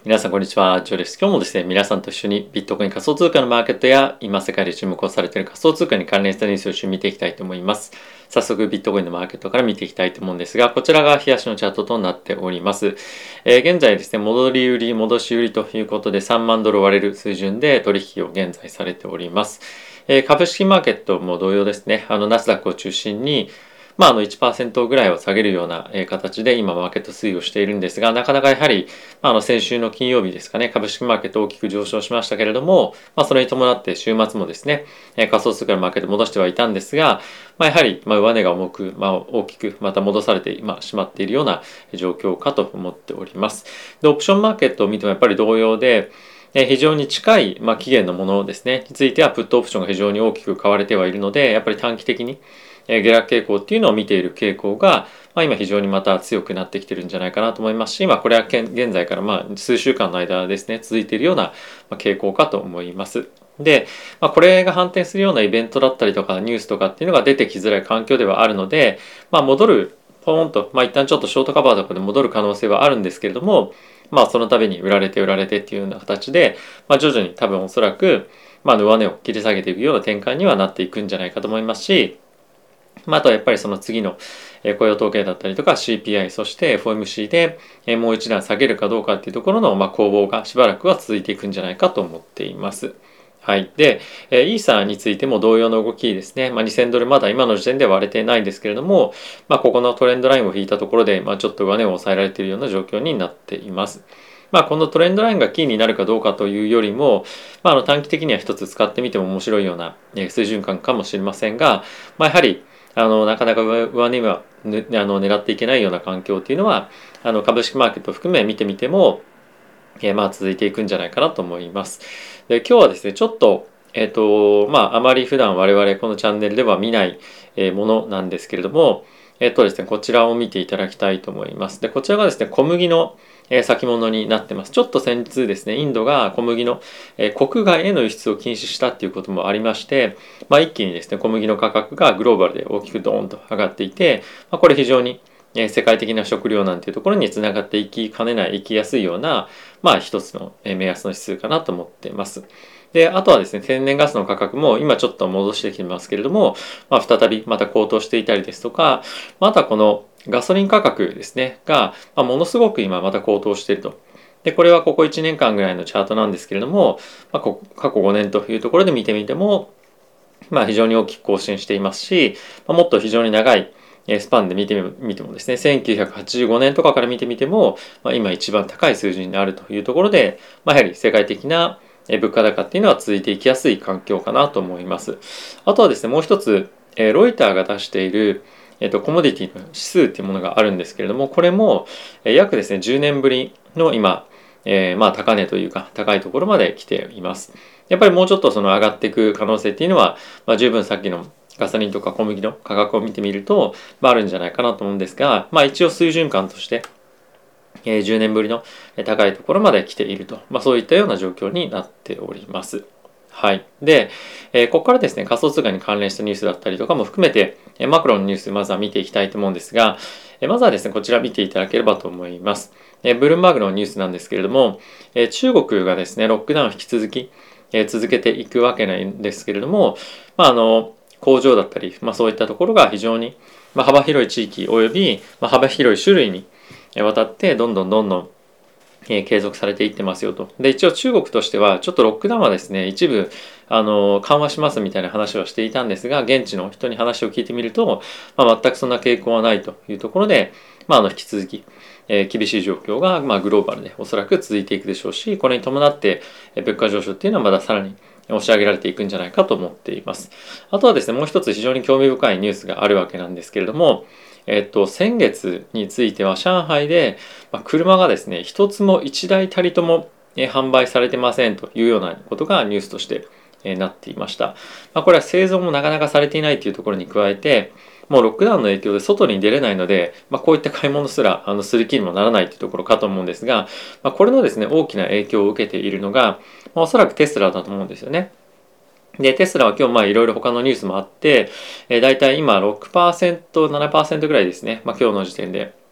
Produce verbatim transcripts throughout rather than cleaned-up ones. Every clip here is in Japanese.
皆さんこんにちは、ジョーです。今日もですね、皆さんと一緒にビットコイン仮想通貨のマーケットや今世界で注目をされている仮想通貨に関連したニュースを一緒に見ていきたいと思います。早速ビットコインのマーケットから見ていきたいと思うんですが、こちらが日足のチャートとなっております。えー、現在ですね、戻り売り、戻し売りということでさんまんドル割れる水準で取引を現在されております。えー、株式マーケットも同様ですね、あのナスダックを中心にまあ、あのいちパーセントぐらいを下げるような形で今マーケット推移をしているんですが、なかなかやはり、まあ、あの先週の金曜日ですかね、株式マーケット大きく上昇しましたけれども、まあ、それに伴って週末もですね、仮想通貨のマーケット戻してはいたんですが、まあ、やはり、まあ、上値が重く、まあ、大きくまた戻されて今しまっているような状況かと思っております。で、オプションマーケットを見てもやっぱり同様で、非常に近い、まあ、期限のものですね、についてはプットオプションが非常に大きく買われてはいるので、やっぱり短期的に下落傾向っていうのを見ている傾向が、まあ、今非常にまた強くなってきてるんじゃないかなと思いますし、まあ、これは現在からまあ数週間の間ですね、続いているような傾向かと思います。で、まあ、これが反転するようなイベントだったりとかニュースとかっていうのが出てきづらい環境ではあるので、まあ、戻るポーンと、まあ、一旦ちょっとショートカバーとかで戻る可能性はあるんですけれども、まあ、その度に売られて売られてっていうような形で、まあ、徐々に多分おそらく、まあ、上値を切り下げていくような展開にはなっていくんじゃないかと思いますし、まあ、あとはやっぱりその次の雇用統計だったりとか シーピーアイ そして エフオーエムシー でもう一段下げるかどうかっていうところのまあ攻防がしばらくは続いていくんじゃないかと思っています。はい。で、イーサーについても同様の動きですね。まあ、にせんドルまだ今の時点では割れてないんですけれども、まあ、ここのトレンドラインを引いたところで、まあ、ちょっと上値を抑えられているような状況になっています。まあ、このトレンドラインがキーになるかどうかというよりも、まあ、あの短期的には一つ使ってみても面白いような水準感かもしれませんが、まあ、やはりあのなかなか上値は、ね、あの狙っていけないような環境っていうのはあの株式マーケットを含め見てみても、えー、まあ続いていくんじゃないかなと思います。で、今日はですねちょっとえっとまああまり普段我々このチャンネルでは見ないものなんですけれども、えっとですねこちらを見ていただきたいと思います。で、こちらがですね小麦の先物になってます。ちょっと先日ですね、インドが小麦の国外への輸出を禁止したっていうこともありまして、まあ、一気にですね、小麦の価格がグローバルで大きくドーンと上がっていて、まあ、これ非常に世界的な食糧難というところにつながっていきかねない、いきやすいような、まあ一つの目安の指数かなと思っています。で、あとはですね、天然ガスの価格も今ちょっと戻してきてますけれども、まあ、再びまた高騰していたりですとか、またこのガソリン価格ですね、が、まあ、ものすごく今また高騰していると。で、これはここいちねんかんぐらいのチャートなんですけれども、まあ、過去ごねんというところで見てみても、まあ、非常に大きく更新していますし、まあ、もっと非常に長いスパンで見てみてもですね、せんきゅうひゃくはちじゅうごねんとかから見てみても、まあ、今一番高い数字になるというところで、まあ、やはり世界的な物価高っていうのは続いていきやすい環境かなと思います。あとはですね、もう一つ、ロイターが出しているえっと、コモディティの指数っていうものがあるんですけれども、これも約ですね、じゅうねんぶりの今、えー、まあ高値というか高いところまで来ています。やっぱりもうちょっとその上がっていく可能性っていうのは、まあ、十分さっきのガソリンとか小麦の価格を見てみると、まあ、あるんじゃないかなと思うんですが、まあ一応水準感として、えー、じゅうねんぶりの高いところまで来ていると、まあそういったような状況になっております。はい。で、えー、ここからですね、仮想通貨に関連したニュースだったりとかも含めて、えー、マクロのニュース、まずは見ていきたいと思うんですが、えー、まずはですね、こちら見ていただければと思います。えー、ブルームバーグのニュースなんですけれども、えー、中国がですね、ロックダウンを引き続き、えー、続けていくわけなんですけれども、まあ、あの、工場だったり、まあ、そういったところが非常に、まあ、幅広い地域および、まあ、幅広い種類にわたって、どんどんどんどん継続されていってますよと。で、一応中国としては、ちょっとロックダウンはですね、一部、あの、緩和しますみたいな話をしていたんですが、現地の人に話を聞いてみると、まあ、全くそんな傾向はないというところで、まあ、あの、引き続き、えー、厳しい状況が、まあ、グローバルでおそらく続いていくでしょうし、これに伴って、物価上昇っていうのはまださらに押し上げられていくんじゃないかと思っています。あとはですね、もう一つ非常に興味深いニュースがあるわけなんですけれども、えっと、先月については上海で車がですね、一つも一台たりとも販売されてませんというようなことがニュースとしてなっていました。まあ、これは製造もなかなかされていないというところに加えて、もうロックダウンの影響で外に出れないので、まあ、こういった買い物すらあのする気にもならないというところかと思うんですが、まあ、これのですね、大きな影響を受けているのが、まあ、おそらくテスラだと思うんですよね。で、テスラは今日まあいろいろ他のニュースもあって、えー、だいたい今ろくパーセント、ななパーセントぐらいですね。まあ今日の時点で。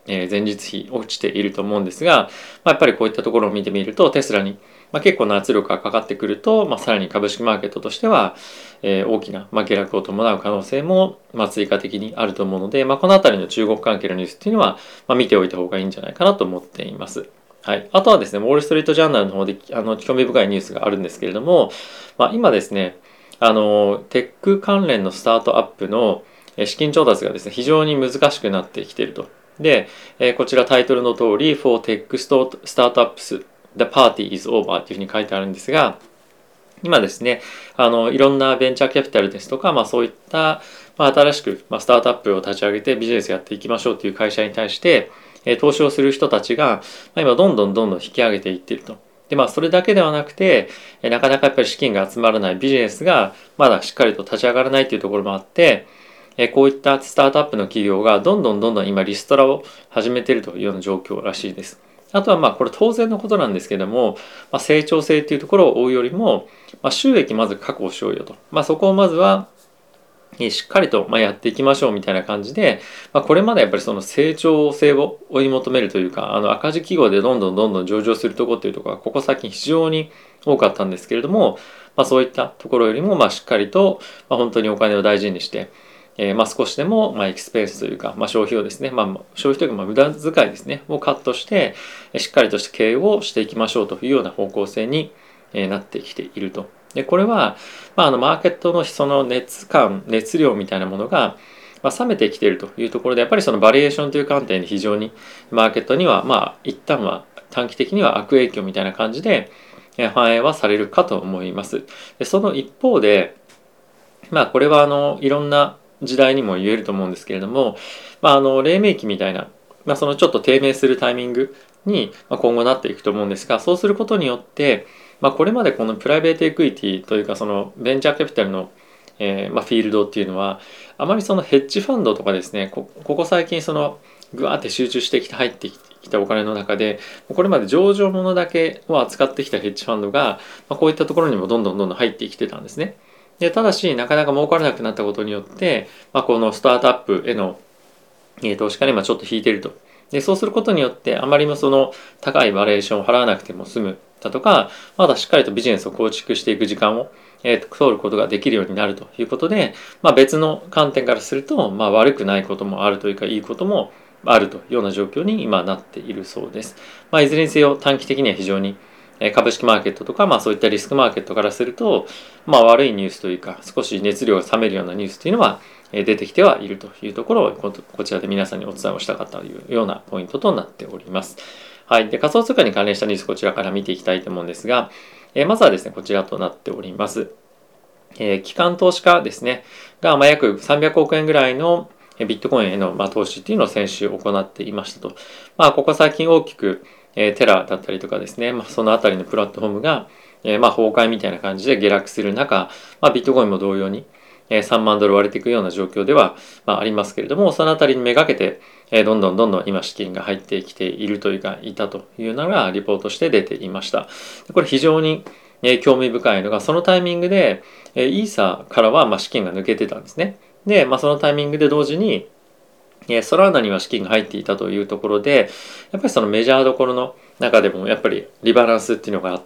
えー、前日比落ちていると思うんですが、まあ、やっぱりこういったところを見てみるとテスラに、まあ、結構な圧力がかかってくると、まあ、さらに株式マーケットとしては、えー、大きな、まあ、下落を伴う可能性も、まあ、追加的にあると思うので、まあ、このあたりの中国関係のニュースっていうのは、まあ、見ておいた方がいいんじゃないかなと思っています。はい、あとはですね、ウォール・ストリート・ジャーナルの方であの興味深いニュースがあるんですけれども、まあ、今ですね、あのテック関連のスタートアップの資金調達がですね、非常に難しくなってきていると。で、こちらタイトルの通り For Tech Startups The Party is Over というふうに書いてあるんですが、今ですね、あのいろんなベンチャーキャピタルですとか、まあ、そういった、まあ、新しく、まあ、スタートアップを立ち上げてビジネスやっていきましょうという会社に対して投資をする人たちが、まあ、今どんどんどんどん引き上げていっていると。でまあ、それだけではなくてなかなかやっぱり資金が集まらないビジネスがまだしっかりと立ち上がらないというところもあって、こういったスタートアップの企業がどんどんどんどん今リストラを始めているというような状況らしいです。あとはまあこれ当然のことなんですけども、まあ、成長性というところを追うよりも、まあ、収益まず確保しようよと、まあ、そこをまずはしっかりとやっていきましょうみたいな感じで、まあ、これまでやっぱりその成長性を追い求めるというか、あの赤字企業でどんどんどんどん上場するところっていうところがここ最近非常に多かったんですけれども、まあ、そういったところよりもまあしっかりと、まあ、本当にお金を大事にして、えー、まあ少しでもまあエクスペンスというか、まあ、消費をですね、まあ、消費というかまあ無駄遣いですねをカットしてしっかりとした経営をしていきましょうというような方向性になってきていると。でこれは、まあ、あのマーケットのその熱感熱量みたいなものが、まあ、冷めてきているというところでやっぱりそのバリエーションという観点で非常にマーケットにはまあ一旦は短期的には悪影響みたいな感じで反映はされるかと思います。でその一方で、まあ、これはあのいろんな時代にも言えると思うんですけれども、まあ、あの黎明期みたいな、まあ、そのちょっと低迷するタイミングに今後なっていくと思うんですが、そうすることによってまあ、これまでこのプライベートエクイティというかそのベンチャーキャピタルの、えーまあ、フィールドっていうのはあまりそのヘッジファンドとかですね、ここ最近そのグワーって集中してきて入ってきたお金の中でこれまで上場ものだけを扱ってきたヘッジファンドが、まあ、こういったところにもどんどんどんどん入ってきてたんですね。でただしなかなか儲からなくなったことによって、まあ、このスタートアップへの投資家に今ちょっと引いていると。でそうすることによってあまりもその高いバリエーションを払わなくても済むだとか、まだしっかりとビジネスを構築していく時間を、えー、通ることができるようになるということで、まあ、別の観点からすると、まあ、悪くないこともあるというかいいこともあるというような状況に今なっているそうです。まあ、いずれにせよ短期的には非常に株式マーケットとか、まあ、そういったリスクマーケットからすると、まあ、悪いニュースというか少し熱量が冷めるようなニュースというのは出てきてはいるというところをこちらで皆さんにお伝えをしたかったというようなポイントとなっております。はい。で、仮想通貨に関連したニュースこちらから見ていきたいと思うんですが、えまずはですね、こちらとなっております。えー、機関投資家ですね、が、まあ、約さんびゃくおくえんぐらいのビットコインへの、まあ、投資っていうのを先週行っていましたと。まあ、ここ最近大きく、えー、テラだったりとかですね、まあ、そのあたりのプラットフォームが、えー、まあ崩壊みたいな感じで下落する中、まあ、ビットコインも同様に、さんまんドル割れていくような状況では、まあ、ありますけれども、そのあたりにめがけて、どんどんどんどん今資金が入ってきているというか、いたというのがリポートして出ていました。これ非常に興味深いのが、そのタイミングで、イーサからはまあ資金が抜けてたんですね。で、まあ、そのタイミングで同時に、ソラーナには資金が入っていたというところで、やっぱりそのメジャーどころの中でもやっぱりリバランスっていうのがあって、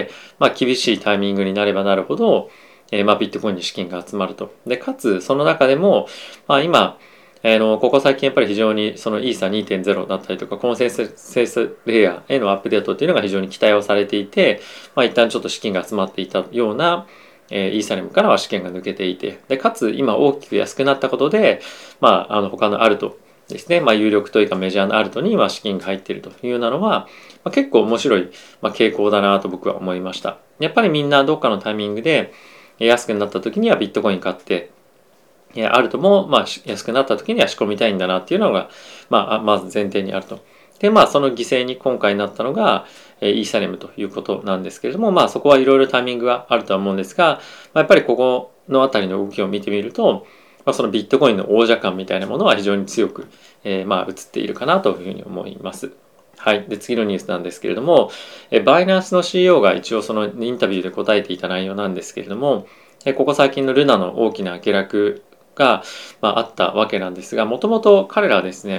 まあ、厳しいタイミングになればなるほど、えー、まあビットコインに資金が集まると。で、かつその中でも、まあ、今、えー、のここ最近やっぱり非常にそのイーサ にてんゼロ だったりとかコンセンサスレイヤーへのアップデートっていうのが非常に期待をされていて、まあ、一旦ちょっと資金が集まっていたような、えー、イーサレムからは資金が抜けていて、でかつ今大きく安くなったことで、まあ、あの他のアルトですね、まあ、有力というかメジャーのアルトに今資金が入っているというようなのは、まあ、結構面白い、まあ、傾向だなと僕は思いました。やっぱりみんなどっかのタイミングで安くなった時にはビットコイン買ってアルトもまあ安くなった時には仕込みたいんだなっていうのが、まあ、まず前提にあると。でまあその犠牲に今回なったのがイーサレムということなんですけれども、まあそこはいろいろタイミングがあるとは思うんですが、まあ、やっぱりここのあたりの動きを見てみると、まあ、そのビットコインの王者感みたいなものは非常に強く、えー、まあ映っているかなというふうに思います。はい。で、次のニュースなんですけれども、バイナンスの シーイーオー が一応そのインタビューで答えていた内容なんですけれども、ここ最近のルナの大きな下落が、まあ、あったわけなんですが、もともと彼らはですね、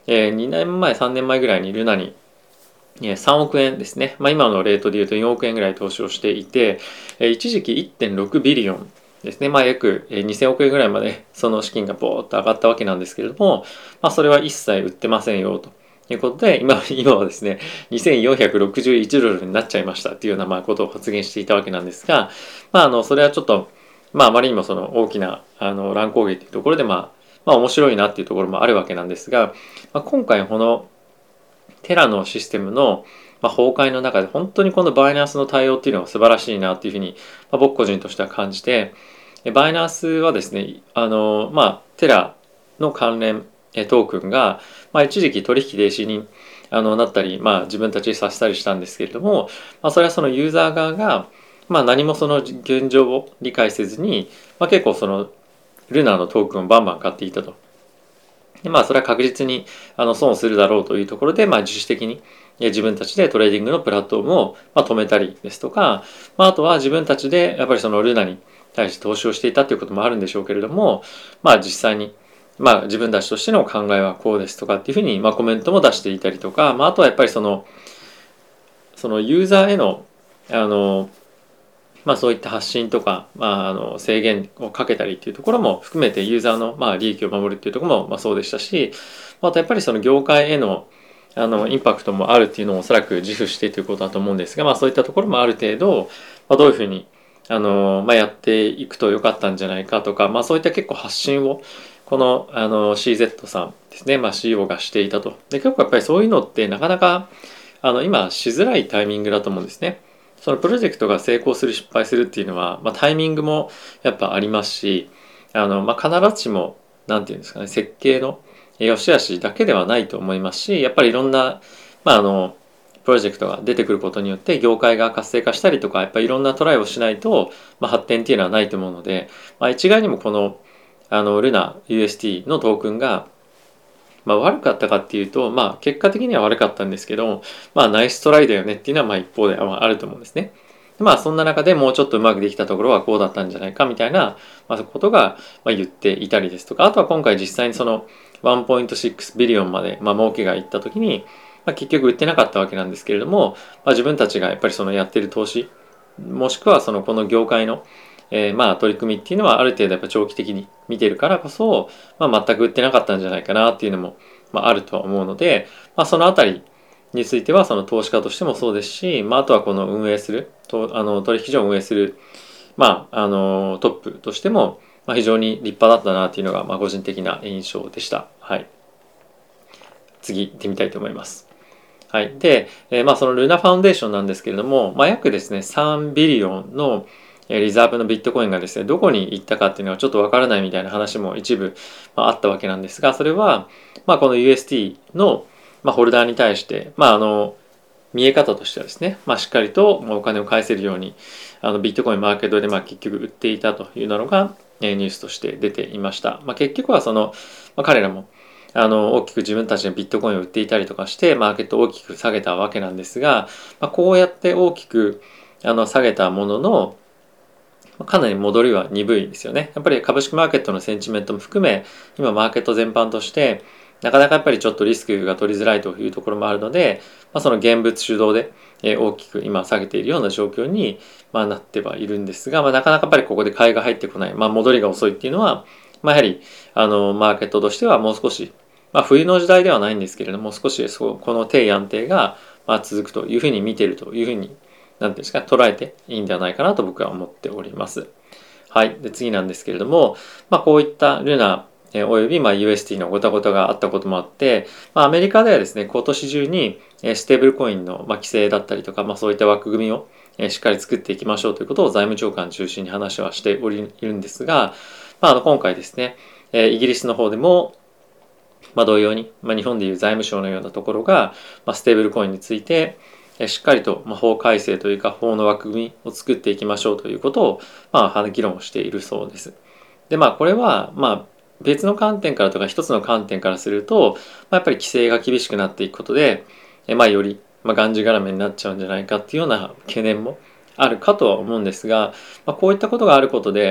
えー、にねんまえさんねんまえぐらいにルナにさんおくえんですね、まあ、今のレートでいうとよんおくえんぐらい投資をしていて、一時期 いってんろくビリオンですね、まあ、約にせんおくえんぐらいまでその資金がボーっと上がったわけなんですけれども、まあ、それは一切売ってませんよということで、今今はですねにせんよんひゃくろくじゅういちドルになっちゃいましたっていうようなまあことを発言していたわけなんですが、まあ、あのそれはちょっと、まあ、あまりにもその大きなあの乱高下というところで、まあ、まあ面白いなっていうところもあるわけなんですが、まあ、今回このテラのシステムの崩壊の中で本当にこのバイナンスの対応っていうのが素晴らしいなっていうふうに僕個人としては感じて、バイナンスはですね、あのまあテラの関連トークンが、まあ、一時期取引停止にあのなったり、まあ、自分たちにさせたりしたんですけれども、まあ、それはそのユーザー側が、まあ、何もその現状を理解せずに、まあ、結構そのルナーのトークンをバンバン買っていたと。でまあそれは確実にあの損するだろうというところで、まあ、自主的に自分たちでトレーディングのプラットフォームをまあ止めたりですとか、まあ、あとは自分たちでやっぱりそのルナに対して投資をしていたということもあるんでしょうけれども、まあ実際にまあ自分たちとしての考えはこうですとかっていうふうにまあコメントも出していたりとか、まあ、あとはやっぱりそのそのユーザーへのあのまあ、そういった発信とか、まあ、あの制限をかけたりっていうところも含めてユーザーのまあ利益を守るっていうところもまあそうでしたし、またやっぱりその業界へのあのインパクトもあるっていうのもおそらく自負してということだと思うんですが、まあ、そういったところもある程度、まあ、どういうふうにあの、まあ、やっていくとよかったんじゃないかとか、まあ、そういった結構発信をこのあの シーゼット さんですね、まあ、シーイーオー がしていたと。で結構やっぱりそういうのってなかなかあの今しづらいタイミングだと思うんですね。そのプロジェクトが成功する失敗するっていうのは、まあ、タイミングもやっぱありますし、あの、まあ、必ずしもなんていうんですかね、設計の良し悪しだけではないと思いますし、やっぱりいろんな、まあ、あのプロジェクトが出てくることによって業界が活性化したりとか、やっぱりいろんなトライをしないと、まあ、発展っていうのはないと思うので、まあ、一概にもこのあのルナ ユーエスティー のトークンがまあ、悪かったかっていうと、まあ、結果的には悪かったんですけど、まあ、ナイストライだよねっていうのはまあ一方ではあると思うんですね。でまあ、そんな中でもうちょっとうまくできたところはこうだったんじゃないかみたいな、まあ、ことが言っていたりですとか、あとは今回実際にそのいってんろくビリオンまで、まあ、儲けがいった時に、まあ、結局売ってなかったわけなんですけれども、まあ、自分たちがやっぱりそのやってる投資、もしくはそのこの業界のえー、まあ取り組みっていうのはある程度やっぱ長期的に見てるからこそ、まあ、全く売ってなかったんじゃないかなっていうのも、まあ、あるとは思うので、まあ、そのあたりについてはその投資家としてもそうですし、まあ、あとはこの運営するとあの取引所を運営する、まあ、あのトップとしても、まあ、非常に立派だったなっていうのが、まあ、個人的な印象でした。はい、次行ってみたいと思います。はい、で、えー、まあそのルナファウンデーションなんですけれども、まあ、約ですねさんビリオンのリザーブのビットコインがですねどこに行ったかっていうのはちょっとわからないみたいな話も一部あったわけなんですが、それはまあこの ユーエスティー のホルダーに対してまああの見え方としてはですね、まあ、しっかりとお金を返せるようにあのビットコインマーケットでまあ結局売っていたというのがニュースとして出ていました。まあ、結局はその、まあ、彼らもあの大きく自分たちのビットコインを売っていたりとかしてマーケットを大きく下げたわけなんですが、まあ、こうやって大きくあの下げたもののかなり戻りは鈍いですよね。やっぱり株式マーケットのセンチメントも含め今マーケット全般としてなかなかやっぱりちょっとリスクが取りづらいというところもあるので、まあ、その現物主導で大きく今下げているような状況にまあなってはいるんですが、まあ、なかなかやっぱりここで買いが入ってこない、まあ、戻りが遅いっていうのは、まあ、やはりあのマーケットとしてはもう少し、まあ、冬の時代ではないんですけれども少しそうこの低安定がまあ続くというふうに見ているというふうになんていうんですか捉えていいんではないかなと僕は思っております。はい。で次なんですけれども、まあ、こういったルナおよびまあ ユーエスティー のごたごたがあったこともあって、まあ、アメリカではですね今年中にステーブルコインの規制だったりとか、まあ、そういった枠組みをしっかり作っていきましょうということを財務長官中心に話はしておりいるんですが、まあ、あの今回ですねイギリスの方でもまあ同様に、まあ、日本でいう財務省のようなところが、まあ、ステーブルコインについてしっかりと法改正というか法の枠組みを作っていきましょうということを、まあ、議論しているそうです。でまあこれはまあ別の観点からとか一つの観点からすると、まあ、やっぱり規制が厳しくなっていくことで、まあ、より、まあ、がんじがらめになっちゃうんじゃないかっていうような懸念もあるかとは思うんですが、まあ、こういったことがあることで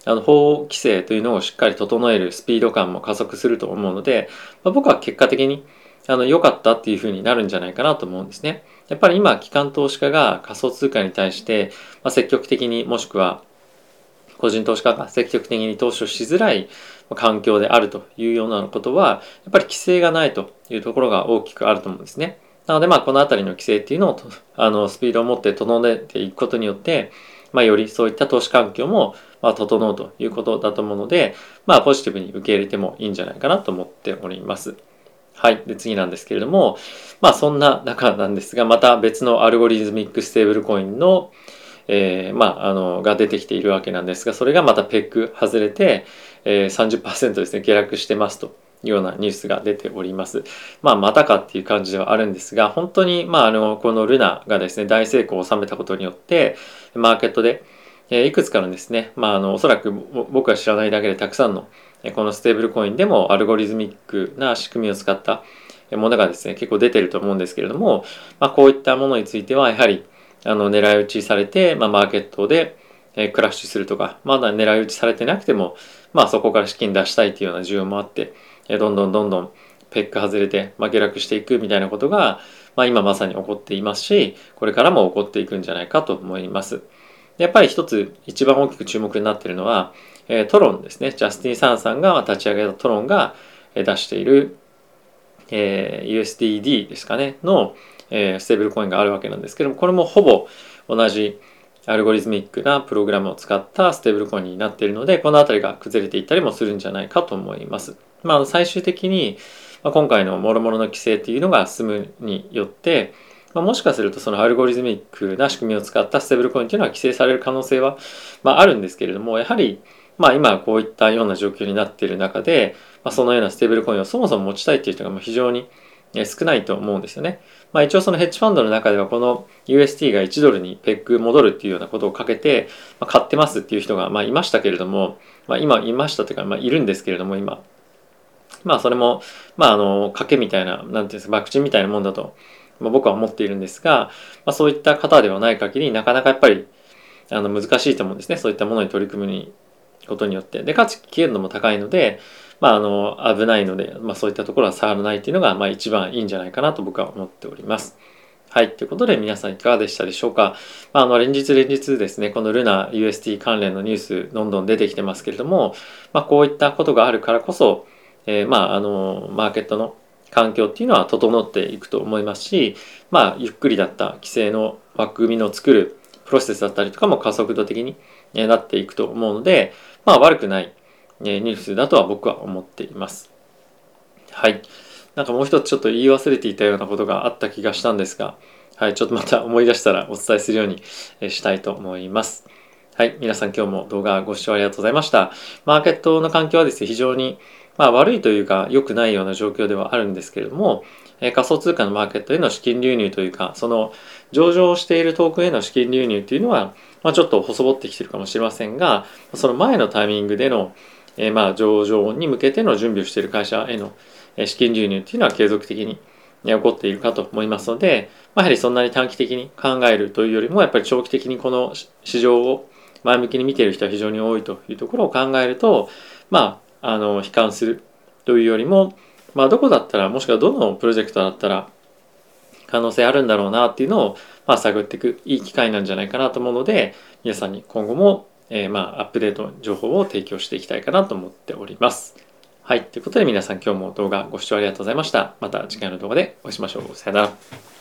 あの法規制というのをしっかり整えるスピード感も加速すると思うので、まあ、僕は結果的にあの良かったっていうふうになるんじゃないかなと思うんですね。やっぱり今機関投資家が仮想通貨に対して、まあ、積極的にもしくは個人投資家が積極的に投資をしづらい環境であるというようなことはやっぱり規制がないというところが大きくあると思うんですね。なのでまあこのあたりの規制っていうのをあのスピードを持って整えていくことによって、まあ、よりそういった投資環境もまあ整うということだと思うので、まあ、ポジティブに受け入れてもいいんじゃないかなと思っております。はい。で、次なんですけれども、まあそんな中なんですが、また別のアルゴリズミックステーブルコインの、えー、まあ、あの、が出てきているわけなんですが、それがまたペック外れて、えー、さんじゅっパーセント ですね、下落してますというようなニュースが出ております。まあ、またかっていう感じではあるんですが、本当に、まあ、あの、このルナがですね、大成功を収めたことによって、マーケットで、えー、いくつかのですね、まあ、あの、おそらく僕は知らないだけでたくさんの、このステーブルコインでもアルゴリズミックな仕組みを使ったものがですね、結構出てると思うんですけれども、まあ、こういったものについてはやはりあの狙い撃ちされて、まあ、マーケットでクラッシュするとか、まだ狙い撃ちされてなくても、まあ、そこから資金出したいというような需要もあって、どんどんどんどんペック外れて、まあ、下落していくみたいなことが、まあ、今まさに起こっていますし、これからも起こっていくんじゃないかと思います。やっぱり一つ一番大きく注目になっているのは、トロンですね。ジャスティン・サンさんが立ち上げたトロンが出している、えー、ユーエスディーディー ですかねの、えー、ステーブルコインがあるわけなんですけども、これもほぼ同じアルゴリズミックなプログラムを使ったステーブルコインになっているので、このあたりが崩れていったりもするんじゃないかと思います。まあ、最終的に、まあ、今回の諸々の規制っていうのが進むによって、まあ、もしかするとそのアルゴリズミックな仕組みを使ったステーブルコインというのは規制される可能性は、まあ、あるんですけれども、やはりまあ今こういったような状況になっている中で、まあ、そのようなステーブルコインをそもそも持ちたいっていう人がもう非常に少ないと思うんですよね。まあ一応そのヘッジファンドの中ではこの ユーエスディー がいちドルにペック戻るっていうようなことをかけて、まあ、買ってますっていう人がまあいましたけれども、まあ今いましたというかまあいるんですけれども今、まあそれもまああの賭けみたいな、なんていうんですか、博打みたいなもんだと、まあ、僕は思っているんですが、まあ、そういった方ではない限りなかなかやっぱりあの難しいと思うんですね。そういったものに取り組むにことによって。で、かつ危険度も高いので、まあ、あの、危ないので、まあ、そういったところは触らないっていうのが、まあ、一番いいんじゃないかなと僕は思っております。はい。ということで、皆さんいかがでしたでしょうか。まあ、あの、連日連日ですね、このルナ ユーエスディー 関連のニュース、どんどん出てきてますけれども、まあ、こういったことがあるからこそ、えー、まあ、あの、マーケットの環境っていうのは整っていくと思いますし、まあ、ゆっくりだった規制の枠組みの作るプロセスだったりとかも加速度的になっていくと思うので、まあ悪くないニュースだとは僕は思っています。はい。なんかもう一つちょっと言い忘れていたようなことがあった気がしたんですが、はい、ちょっとまた思い出したらお伝えするようにしたいと思います。はい、皆さん今日も動画ご視聴ありがとうございました。マーケットの環境はですね、非常にまあ悪いというか良くないような状況ではあるんですけれども、仮想通貨のマーケットへの資金流入というか、その上場しているトークンへの資金流入というのは、まあ、ちょっと細ぼってきてるかもしれませんが、その前のタイミングでの、えー、まあ上場に向けての準備をしている会社への資金流入というのは継続的に起こっているかと思いますので、まあ、やはりそんなに短期的に考えるというよりも、やっぱり長期的にこの市場を前向きに見ている人は非常に多いというところを考えると、まあ、あの悲観するというよりも、まあ、どこだったら、もしくはどのプロジェクトだったら可能性あるんだろうなっていうのを、まあ、探っていくいい機会なんじゃないかなと思うので、皆さんに今後も、えー、まあアップデート情報を提供していきたいかなと思っております。はい。ということで皆さん今日も動画ご視聴ありがとうございました。また次回の動画でお会いしましょう。さよなら。